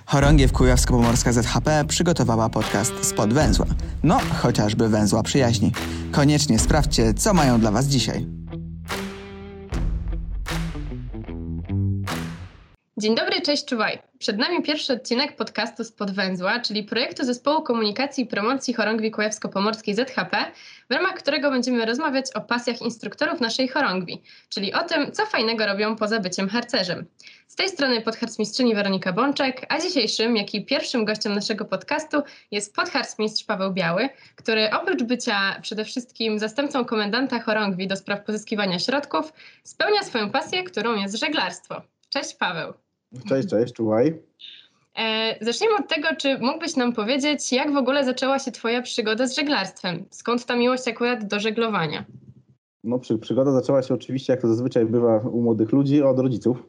Chorągiew Kujawsko-Pomorska ZHP przygotowała podcast Spod Węzła. No, chociażby węzła przyjaźni. Koniecznie sprawdźcie, co mają dla Was dzisiaj. Dzień dobry, cześć, czuwaj. Przed nami pierwszy odcinek podcastu Spod Węzła, czyli projektu Zespołu Komunikacji i Promocji Chorągwi Kujawsko-Pomorskiej ZHP, w ramach którego będziemy rozmawiać o pasjach instruktorów naszej chorągwi, czyli o tym, co fajnego robią poza byciem harcerzem. Z tej strony podharcmistrzyni Weronika Bączek, a dzisiejszym, jak i pierwszym gościem naszego podcastu jest podharcmistrz Paweł Biały, który oprócz bycia przede wszystkim zastępcą komendanta chorągwi do spraw pozyskiwania środków, spełnia swoją pasję, którą jest żeglarstwo. Cześć Paweł. Cześć, czuwaj. Zacznijmy od tego, czy mógłbyś nam powiedzieć, jak w ogóle zaczęła się Twoja przygoda z żeglarstwem? Skąd ta miłość akurat do żeglowania? No, przygoda zaczęła się oczywiście, jak to zazwyczaj bywa u młodych ludzi, od rodziców,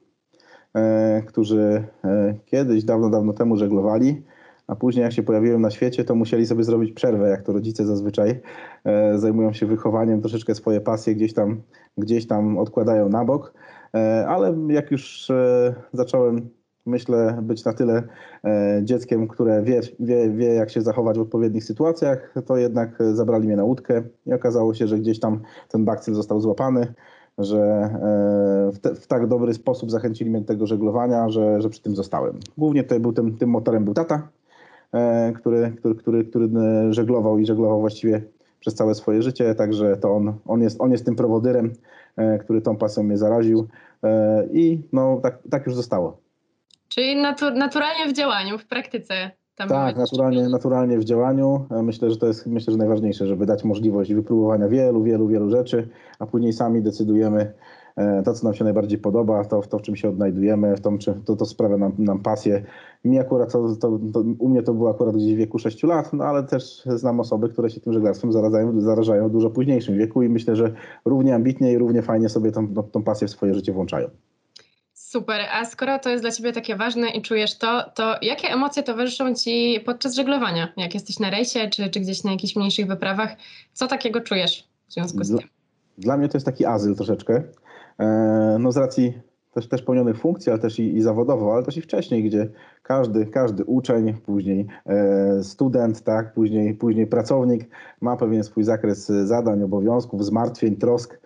którzy kiedyś, dawno temu żeglowali, a później jak się pojawiłem na świecie, to musieli sobie zrobić przerwę, jak to rodzice zazwyczaj zajmują się wychowaniem, troszeczkę swoje pasje gdzieś tam odkładają na bok, ale jak już zacząłem, myślę, być na tyle dzieckiem, które wie jak się zachować w odpowiednich sytuacjach, to jednak zabrali mnie na łódkę i okazało się, że gdzieś tam ten bakcyl został złapany, że w tak dobry sposób zachęcili mnie do tego żeglowania, że przy tym zostałem. Głównie tutaj tym motorem był tata, który żeglował i żeglował właściwie przez całe swoje życie, także to on jest tym prowodyrem, który tą pasją mnie zaraził i no tak już zostało. Czyli naturalnie w działaniu, w praktyce. Tak, naturalnie w działaniu. Myślę, że najważniejsze, żeby dać możliwość wypróbowania wielu rzeczy, a później sami decydujemy to, co nam się najbardziej podoba, to w czym się odnajdujemy, to sprawia nam pasję. Mi akurat u mnie to było akurat gdzieś w wieku 6 lat, no ale też znam osoby, które się tym żeglarstwem zarażają w dużo późniejszym wieku i myślę, że równie ambitnie i równie fajnie sobie tą pasję w swoje życie włączają. Super, a skoro to jest dla Ciebie takie ważne i czujesz to jakie emocje towarzyszą Ci podczas żeglowania? Jak jesteś na rejsie, czy gdzieś na jakichś mniejszych wyprawach, co takiego czujesz w związku z tym? Dla mnie to jest taki azyl troszeczkę, no z racji też pełnionych funkcji, ale też i zawodowo, ale też i wcześniej, gdzie każdy uczeń, później student, tak, później pracownik ma pewien swój zakres zadań, obowiązków, zmartwień, trosk.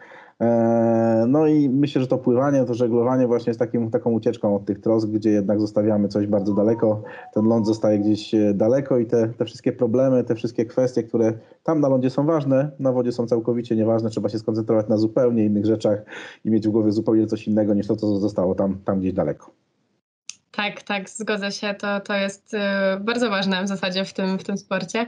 No i myślę, że to pływanie, to żeglowanie właśnie jest taką ucieczką od tych trosk, gdzie jednak zostawiamy coś bardzo daleko, ten ląd zostaje gdzieś daleko i te wszystkie problemy, te wszystkie kwestie, które tam na lądzie są ważne, na wodzie są całkowicie nieważne, trzeba się skoncentrować na zupełnie innych rzeczach i mieć w głowie zupełnie coś innego niż to, co zostało tam gdzieś daleko. Tak, zgodzę się. To jest bardzo ważne w zasadzie w tym sporcie.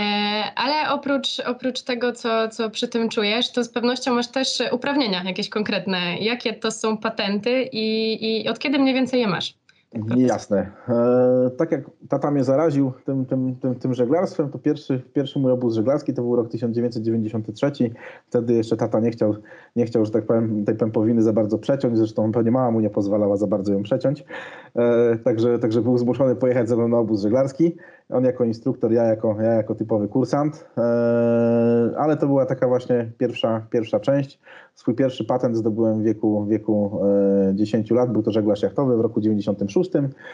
Ale oprócz tego, co przy tym czujesz, to z pewnością masz też uprawnienia jakieś konkretne. Jakie to są patenty i od kiedy mniej więcej je masz? Jasne. Tak jak tata mnie zaraził tym żeglarstwem, to pierwszy mój obóz żeglarski to był rok 1993. Wtedy jeszcze tata nie chciał, że tak powiem, tej pępowiny za bardzo przeciąć. Zresztą pewnie mama mu nie pozwalała za bardzo ją przeciąć. Także był zmuszony pojechać ze mną na obóz żeglarski. On jako instruktor, ja jako typowy kursant. Ale to była taka właśnie pierwsza część. Swój pierwszy patent zdobyłem w wieku 10 lat. Był to żeglarz jachtowy w roku 96.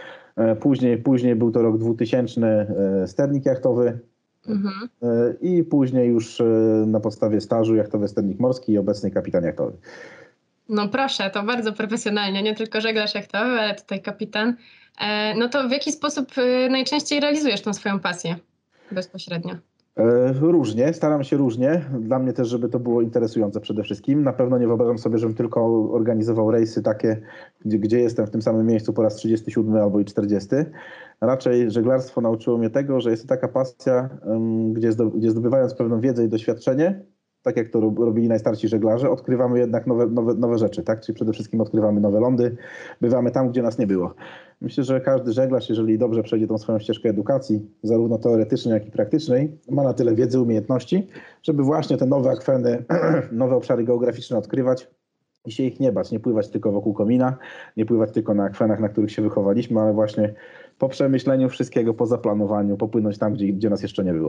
Później był to rok 2000, sternik jachtowy. Mhm. I później już na podstawie stażu jachtowy sternik morski i obecny kapitan jachtowy. No proszę, to bardzo profesjonalnie, nie tylko żeglarz jachtowy, ale tutaj kapitan. No to w jaki sposób najczęściej realizujesz tą swoją pasję bezpośrednio? Różnie, staram się różnie. Dla mnie też, żeby to było interesujące przede wszystkim. Na pewno nie wyobrażam sobie, żebym tylko organizował rejsy takie, gdzie jestem w tym samym miejscu po raz 37 albo i 40. Raczej żeglarstwo nauczyło mnie tego, że jest to taka pasja, gdzie zdobywając pewną wiedzę i doświadczenie, tak jak to robili najstarsi żeglarze, odkrywamy jednak nowe rzeczy, tak? Czyli przede wszystkim odkrywamy nowe lądy, bywamy tam, gdzie nas nie było. Myślę, że każdy żeglarz, jeżeli dobrze przejdzie tą swoją ścieżkę edukacji, zarówno teoretycznej, jak i praktycznej, ma na tyle wiedzy, umiejętności, żeby właśnie te nowe akweny, nowe obszary geograficzne odkrywać i się ich nie bać, nie pływać tylko wokół komina, nie pływać tylko na akwenach, na których się wychowaliśmy, ale właśnie po przemyśleniu wszystkiego, po zaplanowaniu, popłynąć tam, gdzie nas jeszcze nie było.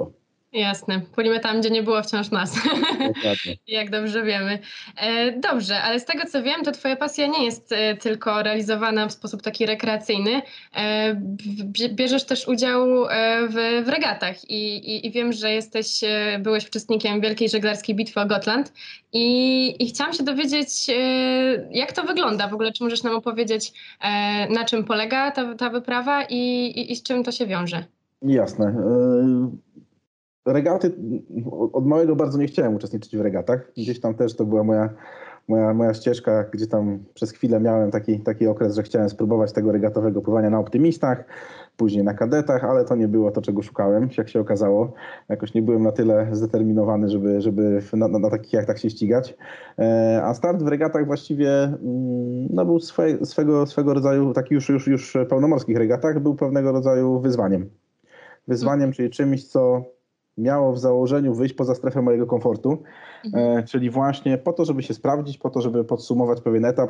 Jasne. Płynimy tam, gdzie nie było wciąż nas. Dokładnie. Jak dobrze wiemy. Dobrze, ale z tego co wiem, to twoja pasja nie jest tylko realizowana w sposób taki rekreacyjny. Bierzesz też udział w regatach i wiem, że byłeś uczestnikiem Wielkiej Żeglarskiej Bitwy o Gotland i chciałam się dowiedzieć, jak to wygląda w ogóle. Czy możesz nam opowiedzieć, na czym polega ta wyprawa i z czym to się wiąże? Jasne. Regaty, od małego bardzo nie chciałem uczestniczyć w regatach. Gdzieś tam też to była moja ścieżka, gdzie tam przez chwilę miałem taki okres, że chciałem spróbować tego regatowego pływania na optymistach, później na kadetach, ale to nie było to, czego szukałem, jak się okazało. Jakoś nie byłem na tyle zdeterminowany, żeby na takich jachtach się ścigać. A start w regatach właściwie był swego rodzaju, taki już pełnomorskich regatach, był pewnego rodzaju wyzwaniem. Wyzwaniem, czyli czymś, co miało w założeniu wyjść poza strefę mojego komfortu, czyli właśnie po to, żeby się sprawdzić, po to, żeby podsumować pewien etap,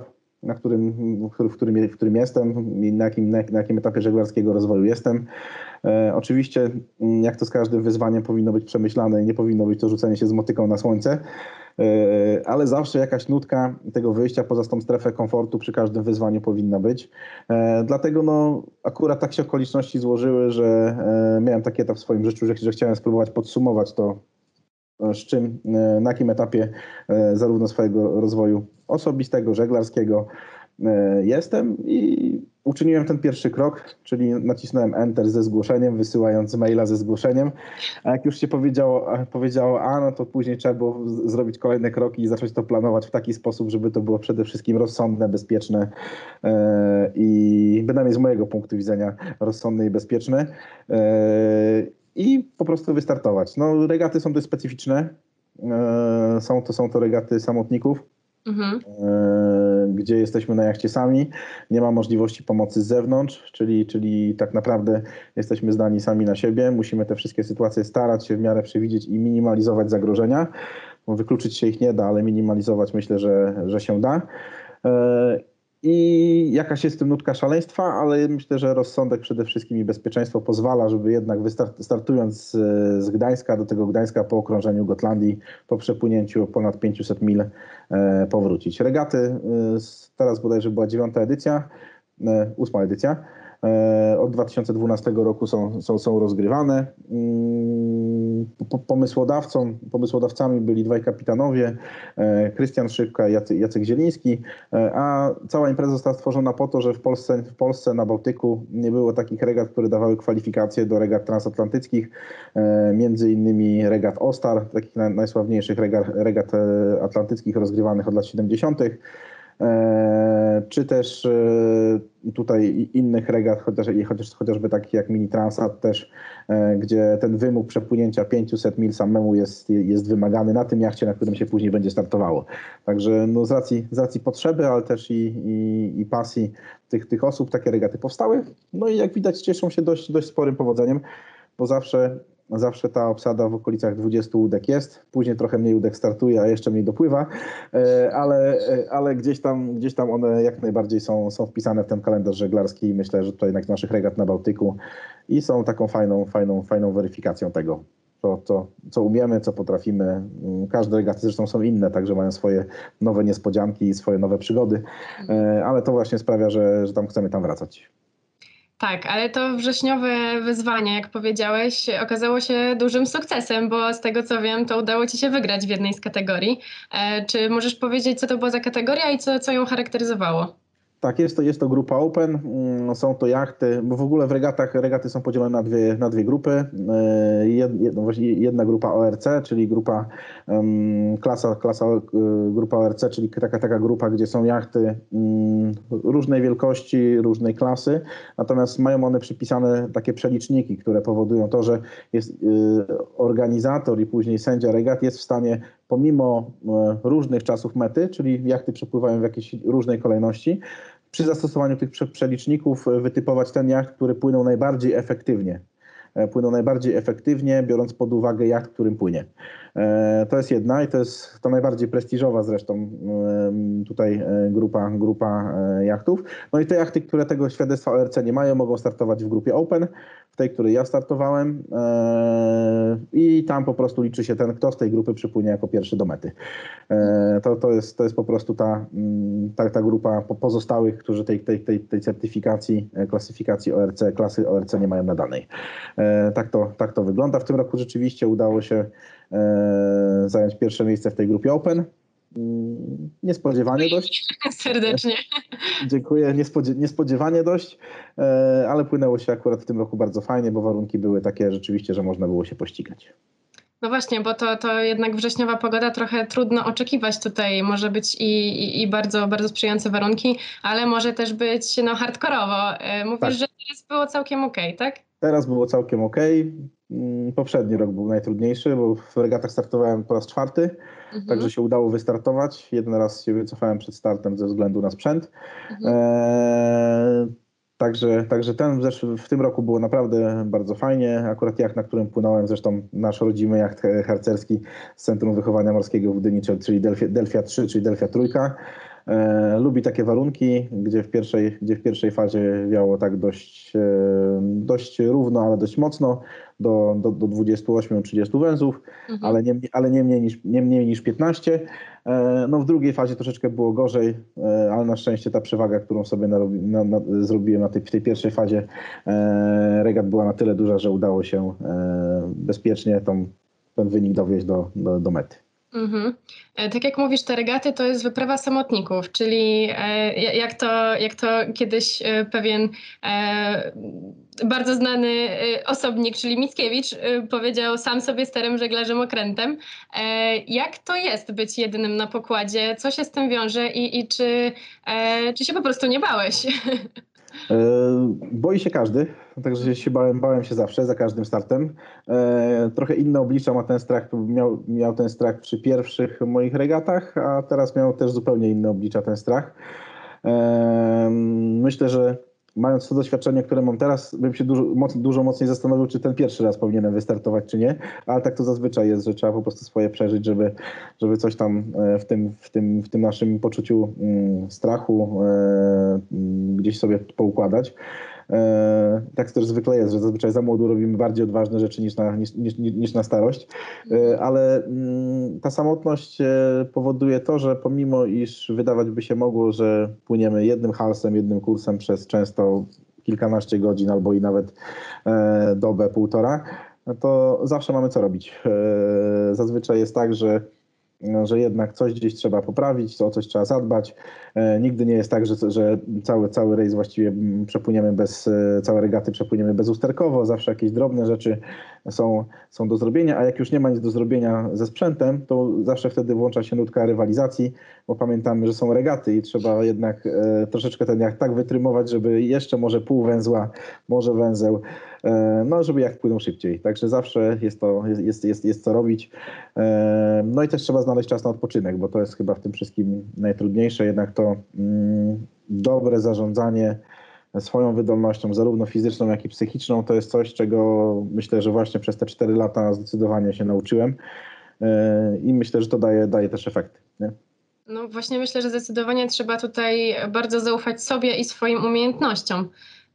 w którym jestem i na jakim etapie żeglarskiego rozwoju jestem. Oczywiście, jak to z każdym wyzwaniem, powinno być przemyślane i nie powinno być to rzucenie się z motyką na słońce, ale zawsze jakaś nutka tego wyjścia poza tą strefę komfortu przy każdym wyzwaniu powinna być. Dlatego akurat tak się okoliczności złożyły, że miałem taki etap w swoim życiu, że chciałem spróbować podsumować to, na jakim etapie zarówno swojego rozwoju osobistego, żeglarskiego jestem i uczyniłem ten pierwszy krok, czyli nacisnąłem Enter ze zgłoszeniem, wysyłając maila ze zgłoszeniem, a jak już się powiedziało no to później trzeba było zrobić kolejne kroki i zacząć to planować w taki sposób, żeby to było przede wszystkim rozsądne, bezpieczne i bynajmniej z mojego punktu widzenia rozsądne i bezpieczne i po prostu wystartować. Regaty są dość specyficzne, są to regaty samotników, gdzie jesteśmy na jachcie sami, nie ma możliwości pomocy z zewnątrz, czyli tak naprawdę jesteśmy zdani sami na siebie, musimy te wszystkie sytuacje starać się w miarę przewidzieć i minimalizować zagrożenia. Wykluczyć się ich nie da, ale minimalizować myślę, że się da. I jakaś jest w tym nutka szaleństwa, ale myślę, że rozsądek przede wszystkim i bezpieczeństwo pozwala, żeby jednak startując z Gdańska, do tego Gdańska po okrążeniu Gotlandii, po przepłynięciu ponad 500 mil powrócić. Regaty, teraz bodajże była 8. edycja. Od 2012 roku są rozgrywane. Pomysłodawcami byli dwaj kapitanowie, Krystian Szybka i Jacek Zieliński, a cała impreza została stworzona po to, że w Polsce na Bałtyku nie było takich regat, które dawały kwalifikacje do regat transatlantyckich, między innymi regat OSTAR, takich najsławniejszych regat atlantyckich rozgrywanych od lat 70., czy też tutaj innych regat, chociażby takich jak Mini Transat też, gdzie ten wymóg przepłynięcia 500 mil samemu jest wymagany na tym jachcie, na którym się później będzie startowało. Także z racji potrzeby, ale też i pasji tych osób takie regaty powstały. I jak widać cieszą się dość sporym powodzeniem, bo zawsze ta obsada w okolicach 20 łódek jest, później trochę mniej łódek startuje, a jeszcze mniej dopływa, ale gdzieś tam one jak najbardziej są wpisane w ten kalendarz żeglarski i myślę, że tutaj naszych regat na Bałtyku i są taką fajną weryfikacją tego, co umiemy, co potrafimy. Każde regaty zresztą są inne, także mają swoje nowe niespodzianki i swoje nowe przygody, ale to właśnie sprawia, że chcemy tam wracać. Tak, ale to wrześniowe wyzwanie, jak powiedziałeś, okazało się dużym sukcesem, bo z tego co wiem, to udało ci się wygrać w jednej z kategorii. Czy możesz powiedzieć, co to była za kategoria i co ją charakteryzowało? Tak, jest to grupa Open, są to jachty, bo w ogóle w regaty są podzielone na dwie grupy. Jedna grupa ORC, czyli grupa grupa ORC, czyli taka grupa, gdzie są jachty różnej wielkości, różnej klasy, natomiast mają one przypisane takie przeliczniki, które powodują to, że jest organizator i później sędzia regat jest w stanie pomimo różnych czasów mety, czyli jachty przepływają w jakiejś różnej kolejności, przy zastosowaniu tych przeliczników wytypować ten jacht, który płynął najbardziej efektywnie, biorąc pod uwagę jacht, którym płynie. To jest jedna i to jest ta najbardziej prestiżowa zresztą tutaj grupa jachtów. I te jachty, które tego świadectwa ORC nie mają, mogą startować w grupie Open. tej, której ja startowałem i tam po prostu liczy się ten, kto z tej grupy przypłynie jako pierwszy do mety. To jest po prostu ta grupa pozostałych, którzy tej certyfikacji, klasyfikacji ORC, klasy ORC nie mają nadanej. Tak to wygląda. W tym roku rzeczywiście udało się zająć pierwsze miejsce w tej grupie Open. Niespodziewanie dość. Serdecznie. Dziękuję. Niespodziewanie dość, ale płynęło się akurat w tym roku bardzo fajnie, bo warunki były takie rzeczywiście, że można było się pościgać. No właśnie, bo to jednak wrześniowa pogoda, trochę trudno oczekiwać tutaj. Może być i bardzo, bardzo sprzyjające warunki, ale może też być hardkorowo. Mówisz, tak. Że teraz było całkiem okej, tak? Teraz było całkiem okej. Poprzedni rok był najtrudniejszy, bo w regatach startowałem po raz 4, także się udało wystartować. Jeden raz się wycofałem przed startem ze względu na sprzęt. Także w tym roku było naprawdę bardzo fajnie. Akurat jacht, na którym płynąłem, zresztą nasz rodzimy jacht harcerski z Centrum Wychowania Morskiego w Gdyni, czyli Delfia 3, czyli Delfia 3. Lubi takie warunki, gdzie w pierwszej fazie wiało tak dość równo, ale dość mocno, do 28-30 węzłów, ale nie mniej niż 15. No w drugiej fazie troszeczkę było gorzej, ale na szczęście ta przewaga, którą sobie zrobiłem w tej pierwszej fazie regat była na tyle duża, że udało się bezpiecznie ten wynik dowieźć do mety. Tak jak mówisz, te regaty to jest wyprawa samotników, czyli jak to kiedyś pewien bardzo znany osobnik, czyli Mickiewicz, powiedział: sam sobie sterem, żeglarzem, okrętem. Jak to jest być jedynym na pokładzie? Co się z tym wiąże i czy się po prostu nie bałeś? Boi się każdy, także się bałem się zawsze, za każdym startem. Trochę inne oblicza ma ten strach, miał ten strach przy pierwszych moich regatach, a teraz miał też zupełnie inne oblicza ten strach. Myślę, że mając to doświadczenie, które mam teraz, bym się dużo mocniej zastanowił, czy ten pierwszy raz powinienem wystartować, czy nie, ale tak to zazwyczaj jest, że trzeba po prostu swoje przeżyć, żeby coś tam w tym naszym poczuciu strachu gdzieś sobie poukładać. Tak też zwykle jest, że zazwyczaj za młodu robimy bardziej odważne rzeczy niż na starość, ale ta samotność powoduje to, że pomimo iż wydawać by się mogło, że płyniemy jednym halsem, jednym kursem przez często kilkanaście godzin albo i nawet dobę, półtora, to zawsze mamy co robić. Zazwyczaj jest tak, że jednak coś gdzieś trzeba poprawić, o coś trzeba zadbać. Nigdy nie jest tak, że cały rejs właściwie przepłyniemy całe regaty przepłyniemy bezusterkowo. Zawsze jakieś drobne rzeczy są do zrobienia, a jak już nie ma nic do zrobienia ze sprzętem, to zawsze wtedy włącza się nutka rywalizacji, bo pamiętamy, że są regaty i trzeba jednak troszeczkę ten jacht tak wytrymować, żeby jeszcze może pół węzła, może węzeł, żeby jacht płynął szybciej. Także zawsze jest co robić. No i też trzeba znaleźć czas na odpoczynek, bo to jest chyba w tym wszystkim najtrudniejsze. Jednak to dobre zarządzanie swoją wydolnością, zarówno fizyczną, jak i psychiczną, to jest coś, czego myślę, że właśnie przez te 4 lata zdecydowanie się nauczyłem i myślę, że to daje też efekty. Nie? No właśnie myślę, że zdecydowanie trzeba tutaj bardzo zaufać sobie i swoim umiejętnościom.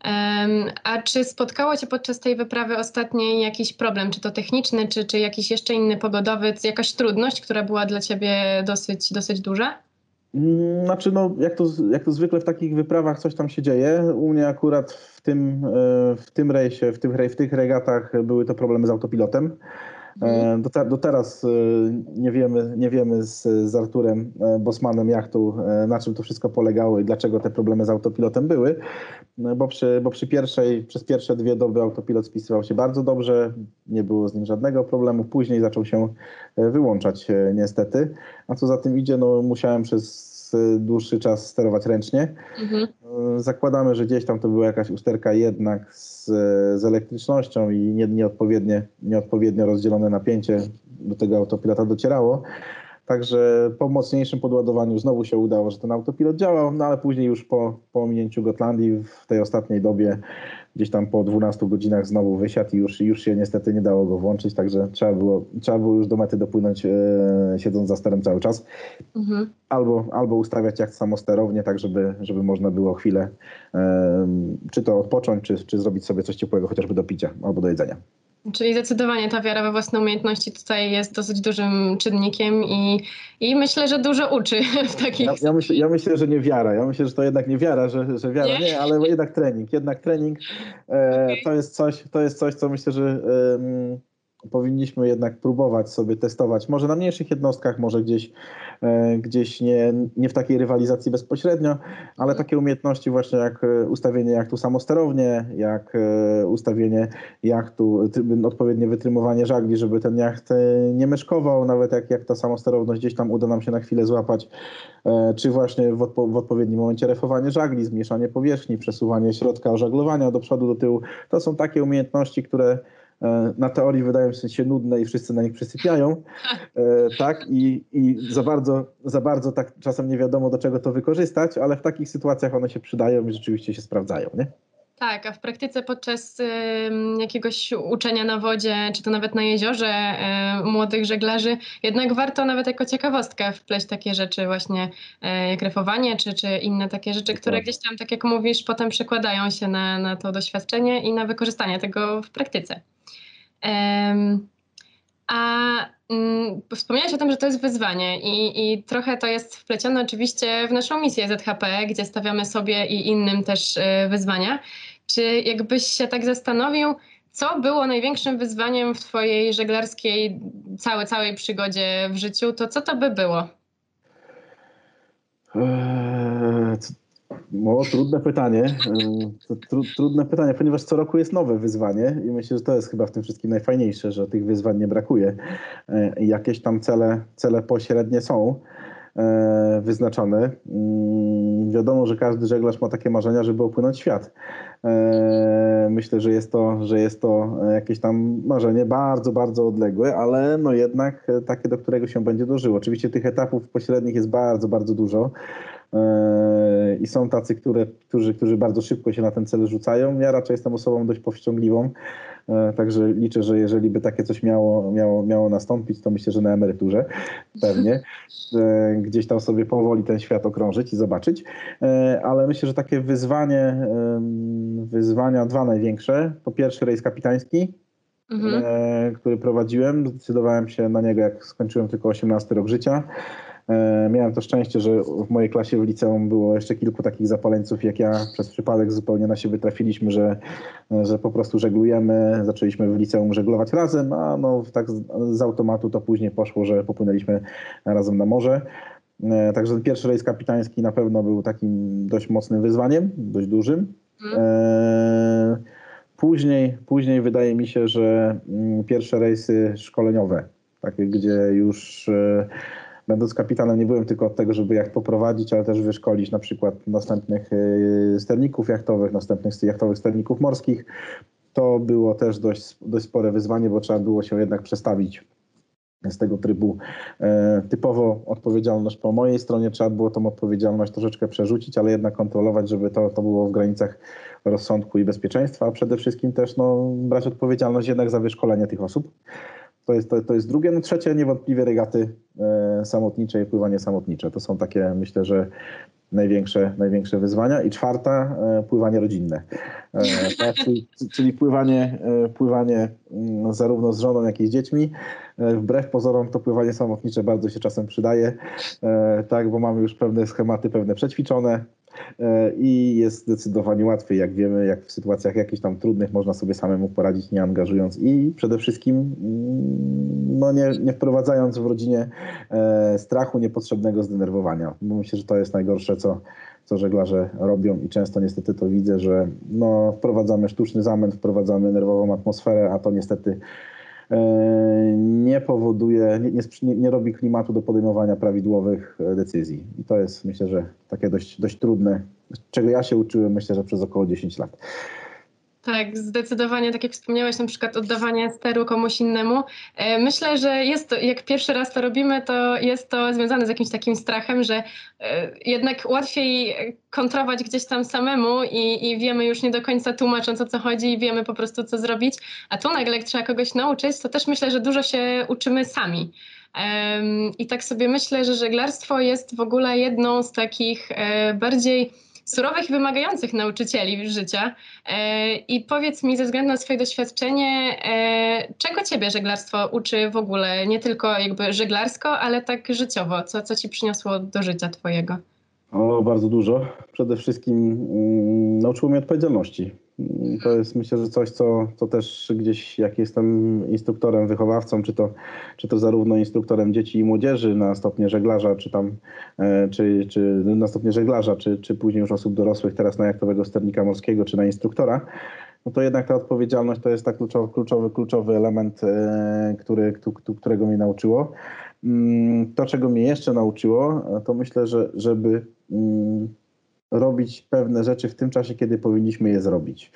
A czy spotkało Cię podczas tej wyprawy ostatniej jakiś problem, czy to techniczny, czy jakiś jeszcze inny pogodowy, jakaś trudność, która była dla Ciebie dosyć duża? Znaczy, jak to zwykle w takich wyprawach coś tam się dzieje. U mnie akurat w tym rejsie, w tych regatach były to problemy z autopilotem. Do teraz nie wiemy z Arturem Bosmanem jachtu, na czym to wszystko polegało i dlaczego te problemy z autopilotem były, bo przez pierwsze 2 doby autopilot spisywał się bardzo dobrze, nie było z nim żadnego problemu, później zaczął się wyłączać niestety, a co za tym idzie, musiałem przez dłuższy czas sterować ręcznie. Zakładamy, że gdzieś tam to była jakaś usterka jednak z elektrycznością i nieodpowiednio rozdzielone napięcie do tego autopilota docierało. Także po mocniejszym podładowaniu znowu się udało, że ten autopilot działał, ale później już po ominięciu Gotlandii w tej ostatniej dobie gdzieś tam po 12 godzinach znowu wysiadł i już się niestety nie dało go włączyć, także trzeba było już do mety dopłynąć siedząc za sterem cały czas. Albo ustawiać jak samosterownie, tak żeby można było chwilę czy to odpocząć, czy zrobić sobie coś ciepłego, chociażby do picia albo do jedzenia. Czyli zdecydowanie ta wiara we własne umiejętności tutaj jest dosyć dużym czynnikiem i myślę, że dużo uczy w takich... Ja myślę, że nie wiara. Ja myślę, że to jednak nie wiara, że wiara nie, ale jednak trening. Jednak trening to jest coś, co myślę, że powinniśmy jednak próbować sobie testować. Może na mniejszych jednostkach, może gdzieś nie w takiej rywalizacji bezpośrednio, ale takie umiejętności właśnie jak ustawienie jachtu samosterownie, jak ustawienie jachtu, odpowiednie wytrymowanie żagli, żeby ten jacht nie myszkował, nawet jak ta samosterowność gdzieś tam uda nam się na chwilę złapać, czy właśnie w odpowiednim momencie refowanie żagli, zmniejszanie powierzchni, przesuwanie środka ożaglowania do przodu, do tyłu. To są takie umiejętności, które na teorii wydają się nudne i wszyscy na nich przysypiają, tak? I za bardzo tak czasem nie wiadomo, do czego to wykorzystać, ale w takich sytuacjach one się przydają i rzeczywiście się sprawdzają, nie? Tak, a w praktyce podczas jakiegoś uczenia na wodzie, czy to nawet na jeziorze młodych żeglarzy, jednak warto nawet jako ciekawostkę wpleść takie rzeczy właśnie jak refowanie, czy inne takie rzeczy, które gdzieś tam, tak jak mówisz, potem przekładają się na to doświadczenie i na wykorzystanie tego w praktyce. Wspomniałeś o tym, że to jest wyzwanie i trochę to jest wplecione oczywiście w naszą misję ZHP, gdzie stawiamy sobie i innym też wyzwania. Czy jakbyś się tak zastanowił, co było największym wyzwaniem w twojej żeglarskiej całej przygodzie w życiu, to co to by było? Trudne pytanie. Trudne pytanie, ponieważ co roku jest nowe wyzwanie i myślę, że to jest chyba w tym wszystkim najfajniejsze, że tych wyzwań nie brakuje. Jakieś tam cele pośrednie są wyznaczone. Wiadomo, że każdy żeglarz ma takie marzenia, żeby opłynąć świat. Myślę, że jest to jakieś tam marzenie bardzo, bardzo odległe, ale no jednak takie, do którego się będzie dążyło. Oczywiście tych etapów pośrednich jest bardzo, bardzo dużo. I są tacy, którzy bardzo szybko się na ten cel rzucają. Ja raczej jestem osobą dość powściągliwą, także liczę, że jeżeli by takie coś miało nastąpić, to myślę, że na emeryturze pewnie gdzieś tam sobie powoli ten świat okrążyć i zobaczyć. Ale myślę, że takie wyzwania dwa największe. Po pierwsze rejs kapitański, który prowadziłem. Zdecydowałem się na niego, jak skończyłem tylko 18 rok życia. Miałem to szczęście, że w mojej klasie w liceum było jeszcze kilku takich zapaleńców jak ja. Przez przypadek zupełnie na siebie trafiliśmy, że po prostu żeglujemy. Zaczęliśmy w liceum żeglować razem, a no tak z automatu to później poszło, że popłynęliśmy razem na morze. Także ten pierwszy rejs kapitański na pewno był takim dość mocnym wyzwaniem, dość dużym. Później wydaje mi się, że pierwsze rejsy szkoleniowe, takie gdzie już będąc kapitanem nie byłem tylko od tego, żeby jacht poprowadzić, ale też wyszkolić na przykład następnych sterników jachtowych, następnych jachtowych sterników morskich. To było też dość spore wyzwanie, bo trzeba było się jednak przestawić z tego trybu typowo odpowiedzialność po mojej stronie. Trzeba było tą odpowiedzialność troszeczkę przerzucić, ale jednak kontrolować, żeby to było w granicach rozsądku i bezpieczeństwa, a przede wszystkim też brać odpowiedzialność jednak za wyszkolenie tych osób. To jest drugie. No trzecie niewątpliwie regaty samotnicze i pływanie samotnicze. To są takie, myślę, że największe wyzwania. I czwarta, pływanie rodzinne. Tak, czyli pływanie zarówno z żoną, jak i z dziećmi. Wbrew pozorom to pływanie samotnicze bardzo się czasem przydaje, tak, bo mamy już pewne schematy, pewne przećwiczone i jest zdecydowanie łatwiej, jak wiemy, jak w sytuacjach jakichś tam trudnych można sobie samemu poradzić, nie angażując i przede wszystkim nie wprowadzając w rodzinie strachu, niepotrzebnego zdenerwowania. Bo myślę, że to jest najgorsze, co żeglarze robią i często niestety to widzę, że wprowadzamy sztuczny zamęt, wprowadzamy nerwową atmosferę, a to niestety nie powoduje, nie robi klimatu do podejmowania prawidłowych decyzji. I to jest, myślę, że takie dość trudne, czego ja się uczyłem, myślę, że przez około 10 lat. Tak, zdecydowanie, tak jak wspomniałeś, na przykład oddawanie steru komuś innemu. Myślę, że jest to, jak pierwszy raz to robimy, to jest to związane z jakimś takim strachem, że jednak łatwiej kontrować gdzieś tam samemu i wiemy już nie do końca tłumacząc, o co chodzi i wiemy po prostu, co zrobić. A tu nagle, jak trzeba kogoś nauczyć, to też myślę, że dużo się uczymy sami. I tak sobie myślę, że żeglarstwo jest w ogóle jedną z takich bardziej surowych i wymagających nauczycieli życia. I powiedz mi ze względu na swoje doświadczenie, czego ciebie żeglarstwo uczy w ogóle, nie tylko jakby żeglarsko, ale tak życiowo, co ci przyniosło do życia twojego? O, bardzo dużo. Przede wszystkim nauczyło mnie odpowiedzialności. To jest myślę, że coś, co też gdzieś jak jestem instruktorem, wychowawcą, czy to zarówno instruktorem dzieci i młodzieży na stopnie żeglarza, czy na stopnie żeglarza, czy później już osób dorosłych, teraz na jachtowego sternika morskiego, czy na instruktora, no to jednak ta odpowiedzialność to jest tak kluczowy element, którego mnie nauczyło. To, czego mnie jeszcze nauczyło, to myślę, że żeby robić pewne rzeczy w tym czasie, kiedy powinniśmy je zrobić.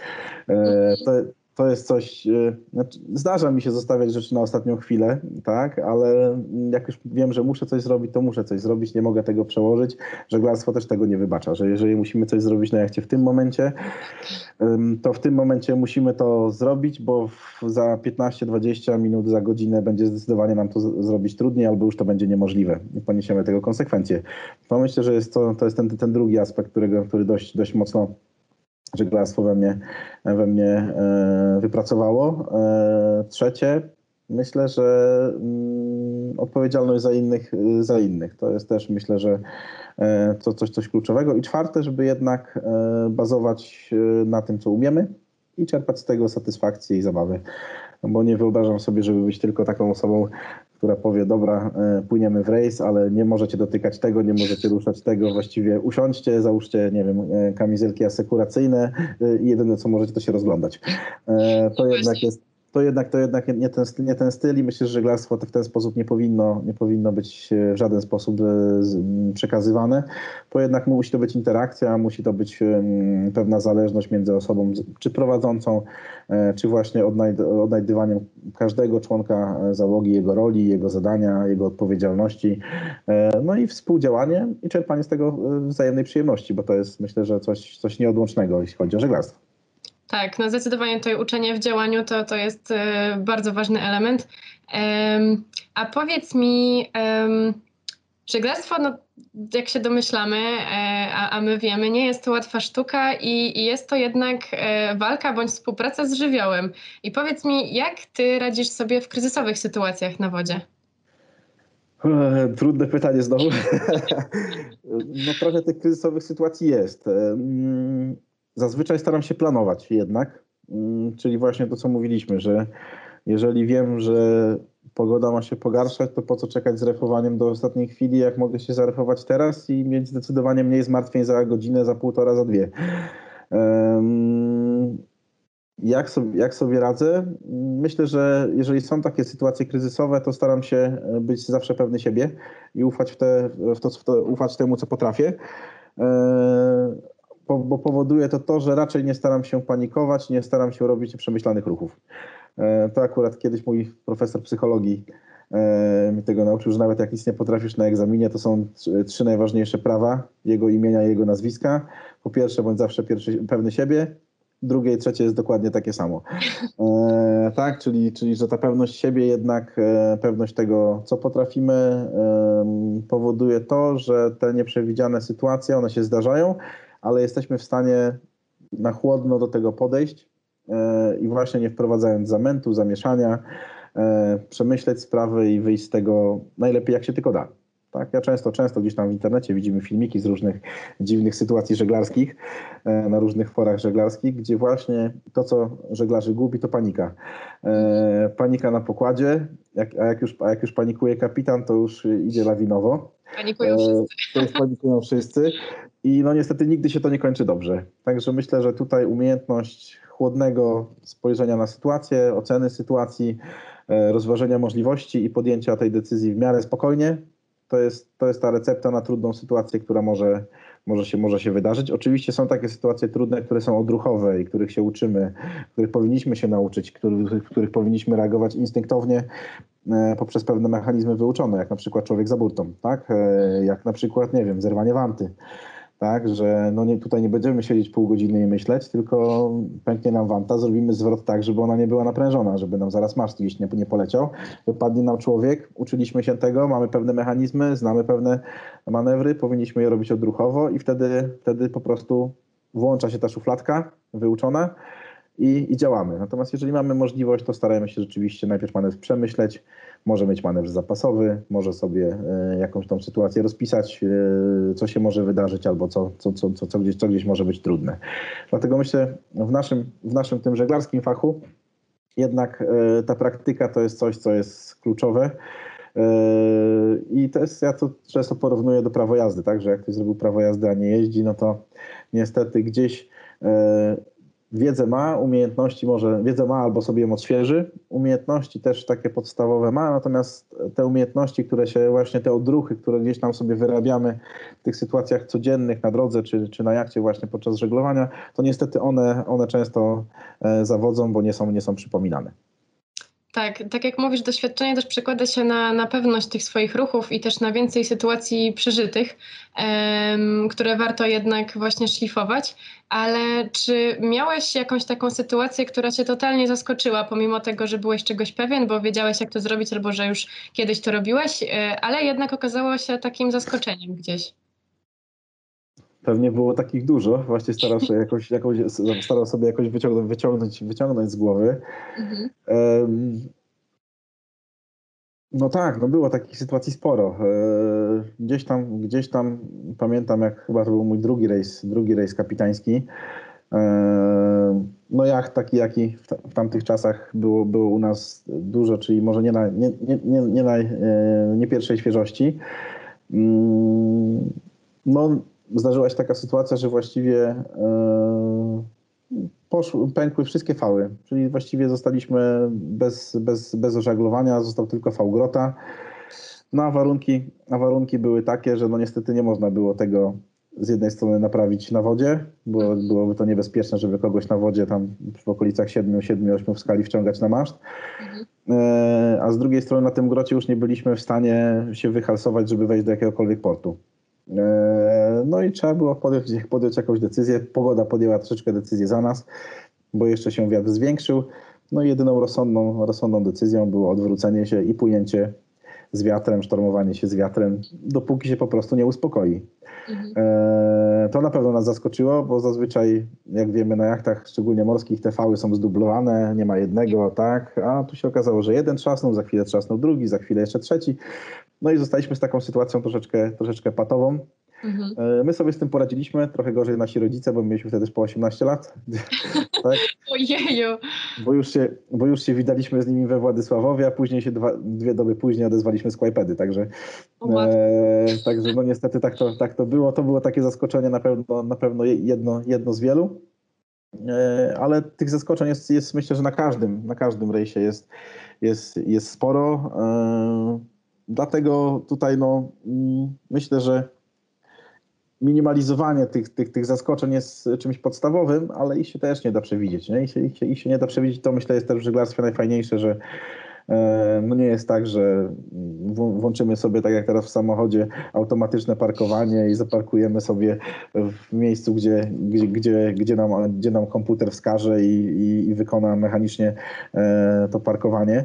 To jest coś, znaczy zdarza mi się zostawiać rzeczy na ostatnią chwilę, tak, ale jak już wiem, że muszę coś zrobić, to muszę coś zrobić, nie mogę tego przełożyć. Żeglarstwo też tego nie wybacza, że jeżeli musimy coś zrobić na jachcie w tym momencie, to w tym momencie musimy to zrobić, bo za 15-20 minut, za godzinę będzie zdecydowanie nam to zrobić trudniej, albo już to będzie niemożliwe i poniesiemy tego konsekwencje. To myślę, że to jest ten drugi aspekt, który dość mocno żeglarstwo we mnie wypracowało. Trzecie, myślę, że odpowiedzialność za innych. To jest też, myślę, że to coś kluczowego. I czwarte, żeby jednak bazować na tym, co umiemy i czerpać z tego satysfakcję i zabawę. No bo nie wyobrażam sobie, żeby być tylko taką osobą, która powie, dobra, płyniemy w rejs, ale nie możecie dotykać tego, nie możecie ruszać tego, właściwie usiądźcie, załóżcie, nie wiem, kamizelki asekuracyjne i jedyne, co możecie, to się rozglądać. To jednak nie ten styl i myślę, że żeglarstwo w ten sposób nie powinno być w żaden sposób przekazywane, bo jednak musi to być interakcja, musi to być pewna zależność między osobą czy prowadzącą, czy właśnie odnajdywaniem każdego członka załogi, jego roli, jego zadania, jego odpowiedzialności, no i współdziałanie i czerpanie z tego wzajemnej przyjemności, bo to jest myślę, że coś nieodłącznego, jeśli chodzi o żeglarstwo. Tak, no zdecydowanie tutaj uczenie w działaniu to jest bardzo ważny element. A powiedz mi, żeglarstwo, no, jak się domyślamy, a my wiemy, nie jest to łatwa sztuka i jest to jednak walka bądź współpraca z żywiołem. I powiedz mi, jak ty radzisz sobie w kryzysowych sytuacjach na wodzie? Trudne pytanie znowu. No trochę tych kryzysowych sytuacji jest. Zazwyczaj staram się planować jednak, czyli właśnie to, co mówiliśmy, że jeżeli wiem, że pogoda ma się pogarszać, to po co czekać z refowaniem do ostatniej chwili, jak mogę się zarefować teraz i mieć zdecydowanie mniej zmartwień za godzinę, za półtora, za dwie. Jak sobie radzę? Myślę, że jeżeli są takie sytuacje kryzysowe, to staram się być zawsze pewny siebie i ufać temu, co potrafię. Bo powoduje to, że raczej nie staram się panikować, nie staram się robić nieprzemyślanych ruchów. To akurat kiedyś mój profesor psychologii mi tego nauczył, że nawet jak nic nie potrafisz na egzaminie, to są 3 najważniejsze prawa jego imienia i jego nazwiska. Po pierwsze, bądź zawsze pewny siebie, drugie i trzecie jest dokładnie takie samo. Tak, czyli że ta pewność siebie jednak, pewność tego, co potrafimy, powoduje to, że te nieprzewidziane sytuacje, one się zdarzają, ale jesteśmy w stanie na chłodno do tego podejść i właśnie nie wprowadzając zamętu, zamieszania, przemyśleć sprawy i wyjść z tego najlepiej jak się tylko da. Tak? Ja często gdzieś tam w internecie widzimy filmiki z różnych dziwnych sytuacji żeglarskich, na różnych forach żeglarskich, gdzie właśnie to, co żeglarzy gubi, to panika. Panika na pokładzie, a jak już panikuje kapitan, to już idzie lawinowo. Panikują wszyscy. To już panikują wszyscy i no niestety nigdy się to nie kończy dobrze. Także myślę, że tutaj umiejętność chłodnego spojrzenia na sytuację, oceny sytuacji, rozważenia możliwości i podjęcia tej decyzji w miarę spokojnie, to jest ta recepta na trudną sytuację, która może się wydarzyć. Oczywiście są takie sytuacje trudne, które są odruchowe i których się uczymy, których powinniśmy się nauczyć, w których powinniśmy reagować instynktownie poprzez pewne mechanizmy wyuczone, jak na przykład człowiek za burtą, tak? Jak na przykład, nie wiem, zerwanie wanty. Tak, że no tutaj nie będziemy siedzieć pół godziny i myśleć, tylko pęknie nam wanta, zrobimy zwrot tak, żeby ona nie była naprężona, żeby nam zaraz maszt gdzieś nie poleciał. Wypadnie nam człowiek, uczyliśmy się tego, mamy pewne mechanizmy, znamy pewne manewry, powinniśmy je robić odruchowo i wtedy po prostu włącza się ta szufladka wyuczona i działamy. Natomiast jeżeli mamy możliwość, to starajmy się rzeczywiście najpierw manewr przemyśleć, może mieć manewr zapasowy, może sobie jakąś tą sytuację rozpisać, co się może wydarzyć albo co gdzieś może być trudne. Dlatego myślę, w naszym tym żeglarskim fachu jednak ta praktyka to jest coś, co jest kluczowe. I to jest, ja to często porównuję do prawa jazdy, tak, że jak ktoś zrobił prawo jazdy, a nie jeździ, no to niestety gdzieś wiedzę ma, wiedzę ma albo sobie ją odświeży, umiejętności też takie podstawowe ma, natomiast te umiejętności, te odruchy, które gdzieś tam sobie wyrabiamy w tych sytuacjach codziennych na drodze czy na jachcie właśnie podczas żeglowania, to niestety one często zawodzą, bo nie są przypominane. Tak jak mówisz, doświadczenie też przekłada się na pewność tych swoich ruchów i też na więcej sytuacji przeżytych, które warto jednak właśnie szlifować. Ale czy miałeś jakąś taką sytuację, która cię totalnie zaskoczyła, pomimo tego, że byłeś czegoś pewien, bo wiedziałeś, jak to zrobić, albo że już kiedyś to robiłeś, ale jednak okazało się takim zaskoczeniem gdzieś? Pewnie było takich dużo. Właśnie starał sobie jakoś wyciągnąć z głowy. Mhm. No tak, no było takich sytuacji sporo. Gdzieś tam pamiętam, jak chyba to był mój drugi rejs kapitański. No jacht taki, jaki w tamtych czasach było u nas dużo, czyli może nie pierwszej świeżości. No zdarzyła się taka sytuacja, że właściwie pękły wszystkie fały, czyli właściwie zostaliśmy bez ożaglowania, został tylko wał grota. No a warunki były takie, że no niestety nie można było tego z jednej strony naprawić na wodzie, bo byłoby to niebezpieczne, żeby kogoś na wodzie tam w okolicach 7-8 w skali wciągać na maszt. A z drugiej strony na tym grocie już nie byliśmy w stanie się wyhalsować, żeby wejść do jakiegokolwiek portu. No i trzeba było podjąć jakąś decyzję. Pogoda podjęła troszeczkę decyzję za nas, bo jeszcze się wiatr zwiększył. No i jedyną rozsądną decyzją było odwrócenie się i płynięcie z wiatrem, sztormowanie się z wiatrem, dopóki się po prostu nie uspokoi. To na pewno nas zaskoczyło, bo zazwyczaj, jak wiemy, na jachtach, szczególnie morskich, te fały są zdublowane, nie ma jednego, tak? A tu się okazało, że jeden trzasnął, za chwilę trzasnął drugi, za chwilę jeszcze trzeci. No i zostaliśmy z taką sytuacją troszeczkę patową. My sobie z tym poradziliśmy, trochę gorzej nasi rodzice, bo mieliśmy wtedy też po 18 lat. Tak? Ojeju! Bo już się widaliśmy z nimi we Władysławowie, a później się dwie doby później odezwaliśmy z Kłajpedy. Także no niestety tak to było. To było takie zaskoczenie na pewno jedno z wielu. Ale tych zaskoczeń jest myślę, że na każdym rejsie jest sporo. Dlatego tutaj myślę, że minimalizowanie tych zaskoczeń jest czymś podstawowym, ale ich się też nie da przewidzieć. Nie? Ich się nie da przewidzieć, to myślę jest też w żeglarstwie najfajniejsze, że no nie jest tak, że włączymy sobie, tak jak teraz w samochodzie, automatyczne parkowanie i zaparkujemy sobie w miejscu, gdzie nam komputer wskaże i wykona mechanicznie to parkowanie.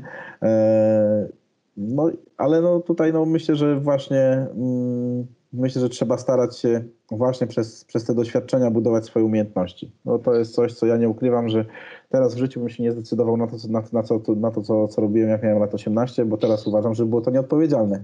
No, ale tutaj myślę, że właśnie myślę, że trzeba starać się właśnie przez te doświadczenia budować swoje umiejętności. No, to jest coś, co ja nie ukrywam, że teraz w życiu bym się nie zdecydował na to, co robiłem, jak miałem lat 18, bo teraz uważam, że było to nieodpowiedzialne.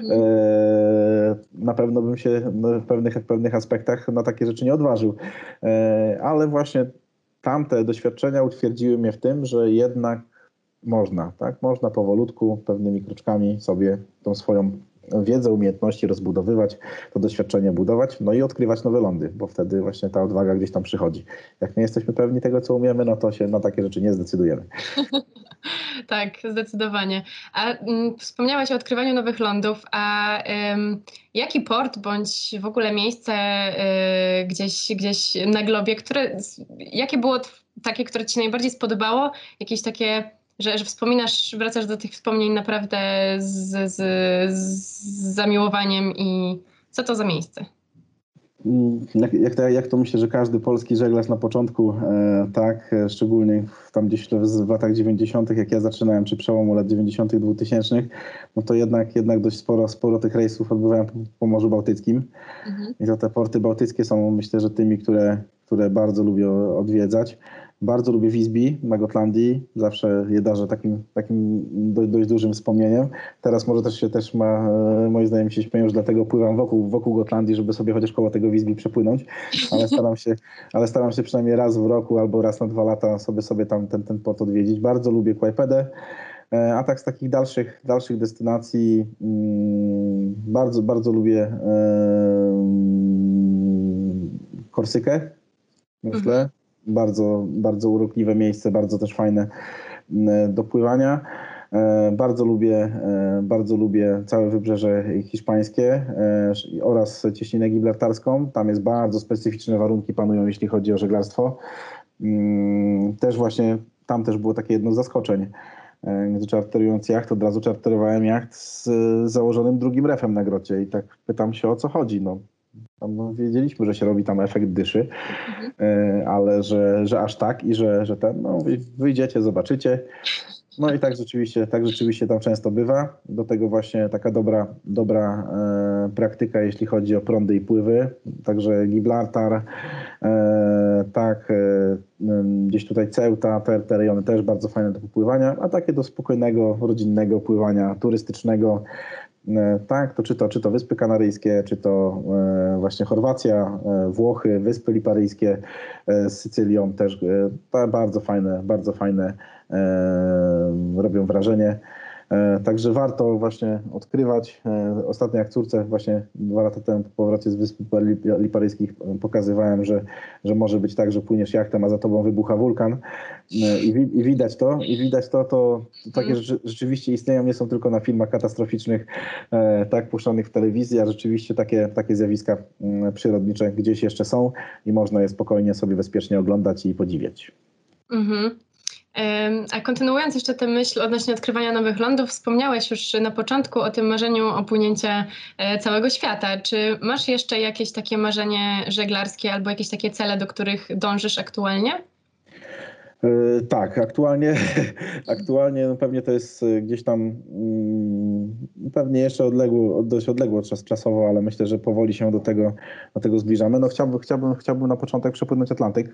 Na pewno bym się w pewnych aspektach na takie rzeczy nie odważył. Ale właśnie tamte doświadczenia utwierdziły mnie w tym, że jednak można, tak? Można powolutku, pewnymi kroczkami sobie tą swoją wiedzę, umiejętności rozbudowywać, to doświadczenie budować, no i odkrywać nowe lądy, bo wtedy właśnie ta odwaga gdzieś tam przychodzi. Jak nie jesteśmy pewni tego, co umiemy, no to się na takie rzeczy nie zdecydujemy. Tak, zdecydowanie. A wspomniałaś o odkrywaniu nowych lądów, a jaki port bądź w ogóle miejsce gdzieś na globie, jakie było takie, które ci najbardziej spodobało? Jakieś takie, że wspominasz, wracasz do tych wspomnień naprawdę z zamiłowaniem i co to za miejsce? Jak to myślę, że każdy polski żeglarz na początku, tak, szczególnie tam gdzieś w latach 90., jak ja zaczynałem, czy przełomu lat 90., 2000, no to jednak dość sporo tych rejsów odbywałem po Morzu Bałtyckim. I to te porty bałtyckie są, myślę, że tymi, które bardzo lubię odwiedzać. Bardzo lubię Visby na Gotlandii. Zawsze je darzę takim dość dużym wspomnieniem. Teraz może też moi znajomi się śmieją, że dlatego pływam wokół Gotlandii, żeby sobie chociaż koło tego Visby przepłynąć. Ale staram się przynajmniej raz w roku albo raz na 2 lata sobie tam ten port odwiedzić. Bardzo lubię Kłajpedę. A tak z takich dalszych destynacji bardzo lubię Korsykę, myślę. Bardzo urokliwe miejsce, bardzo też fajne do pływania. Bardzo lubię całe wybrzeże hiszpańskie oraz cieśninę gibraltarską. Tam jest bardzo specyficzne warunki panują, jeśli chodzi o żeglarstwo. Też właśnie tam też było takie jedno z zaskoczeń. Gdy czarterując jacht, od razu czarterowałem jacht z założonym drugim refem na grocie i tak pytam się, o co chodzi. Tam wiedzieliśmy, że się robi tam efekt dyszy, ale że aż tak i że wyjdziecie, zobaczycie. No i tak rzeczywiście tam często bywa. Do tego właśnie taka dobra praktyka, jeśli chodzi o prądy i pływy. Także Gibraltar, gdzieś tutaj Ceuta, te rejony też bardzo fajne do popływania, a takie do spokojnego, rodzinnego pływania turystycznego. Tak, to czy to Wyspy Kanaryjskie, czy to właśnie Chorwacja, Włochy, Wyspy Liparyjskie z Sycylią też bardzo fajne robią wrażenie. Także warto właśnie odkrywać. Ostatnio jak córce właśnie 2 lata temu po powrocie z Wysp Liparyjskich pokazywałem, że może być tak, że płyniesz jachtem, a za tobą wybucha wulkan i widać to takie rzeczy rzeczywiście istnieją, nie są tylko na filmach katastroficznych, tak puszczanych w telewizji, a rzeczywiście takie zjawiska przyrodnicze gdzieś jeszcze są i można je spokojnie sobie bezpiecznie oglądać i podziwiać. A kontynuując jeszcze tę myśl odnośnie odkrywania nowych lądów, wspomniałeś już na początku o tym marzeniu o płynięcie całego świata. Czy masz jeszcze jakieś takie marzenie żeglarskie albo jakieś takie cele, do których dążysz aktualnie? Tak, aktualnie pewnie to jest gdzieś tam pewnie jeszcze dość odległo czasowo, ale myślę, że powoli się do tego zbliżamy. Chciałbym na początek przepłynąć Atlantyk.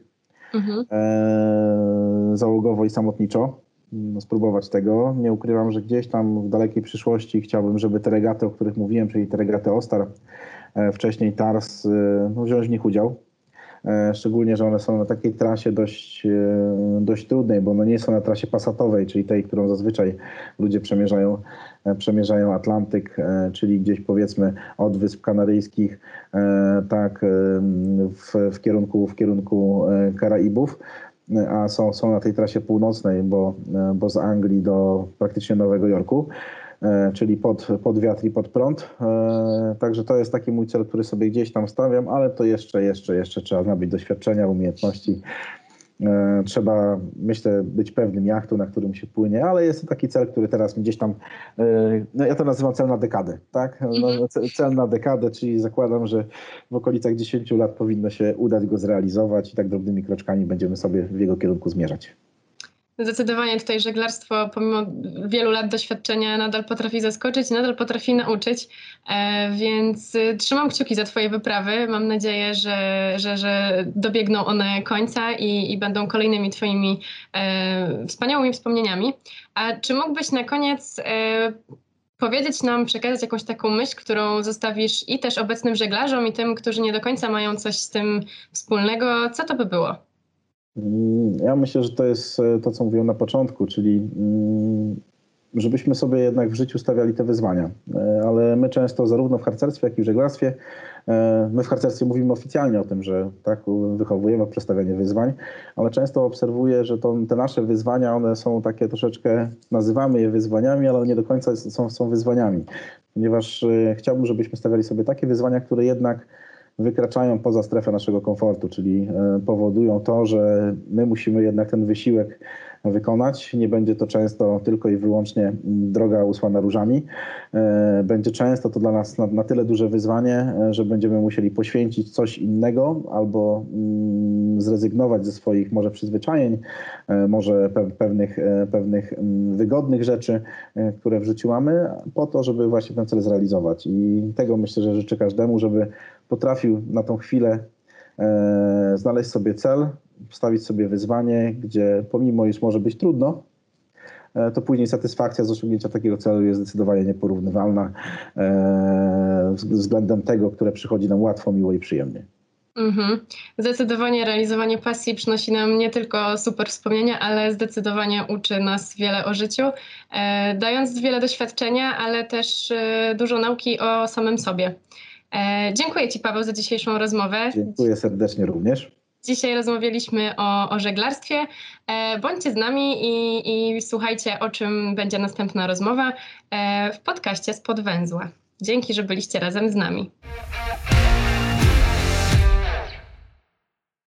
Załogowo i samotniczo spróbować tego. Nie ukrywam, że gdzieś tam w dalekiej przyszłości chciałbym, żeby te regaty, o których mówiłem, czyli te regaty Ostar, wcześniej TARS, wziąć w nich udział. Szczególnie, że one są na takiej trasie dość trudnej, bo nie są na trasie pasatowej, czyli tej, którą zazwyczaj ludzie przemierzają Atlantyk, czyli gdzieś powiedzmy od Wysp Kanaryjskich w kierunku Karaibów, a są na tej trasie północnej, bo z Anglii do praktycznie Nowego Jorku, czyli pod wiatr i pod prąd. Także to jest taki mój cel, który sobie gdzieś tam stawiam, ale to jeszcze trzeba nabyć doświadczenia, umiejętności. Trzeba, myślę, być pewnym jachtu, na którym się płynie, ale jest to taki cel, który teraz gdzieś tam, ja to nazywam cel na dekadę, tak? Cel na dekadę, czyli zakładam, że w okolicach 10 lat powinno się udać go zrealizować i tak drobnymi kroczkami będziemy sobie w jego kierunku zmierzać. Zdecydowanie tutaj żeglarstwo pomimo wielu lat doświadczenia nadal potrafi zaskoczyć, nadal potrafi nauczyć, więc trzymam kciuki za twoje wyprawy. Mam nadzieję, że dobiegną one końca i będą kolejnymi twoimi wspaniałymi wspomnieniami. A czy mógłbyś na koniec powiedzieć nam, przekazać jakąś taką myśl, którą zostawisz i też obecnym żeglarzom i tym, którzy nie do końca mają coś z tym wspólnego? Co to by było? Ja myślę, że to jest to, co mówiłem na początku, czyli żebyśmy sobie jednak w życiu stawiali te wyzwania. Ale my często zarówno w harcerstwie, jak i w żeglarstwie, my w harcerstwie mówimy oficjalnie o tym, że tak wychowujemy przez stawianie wyzwań, ale często obserwuję, że te nasze wyzwania, one są takie troszeczkę, nazywamy je wyzwaniami, ale nie do końca są wyzwaniami. Ponieważ chciałbym, żebyśmy stawiali sobie takie wyzwania, które jednak wykraczają poza strefę naszego komfortu, czyli powodują to, że my musimy jednak ten wysiłek wykonać. Nie będzie to często tylko i wyłącznie droga usłana różami. Będzie często to dla nas na tyle duże wyzwanie, że będziemy musieli poświęcić coś innego albo zrezygnować ze swoich może przyzwyczajeń, może pewnych wygodnych rzeczy, które w życiu mamy, po to, żeby właśnie ten cel zrealizować. I tego myślę, że życzę każdemu, żeby potrafił na tą chwilę znaleźć sobie cel, stawić sobie wyzwanie, gdzie pomimo iż może być trudno, to później satysfakcja z osiągnięcia takiego celu jest zdecydowanie nieporównywalna względem tego, które przychodzi nam łatwo, miło i przyjemnie. Zdecydowanie realizowanie pasji przynosi nam nie tylko super wspomnienia, ale zdecydowanie uczy nas wiele o życiu, dając wiele doświadczenia, ale też dużo nauki o samym sobie. Dziękuję Ci, Paweł, za dzisiejszą rozmowę. Dziękuję serdecznie również. Dzisiaj rozmawialiśmy o żeglarstwie. Bądźcie z nami i słuchajcie, o czym będzie następna rozmowa w podcaście Spod Węzła. Dzięki, że byliście razem z nami.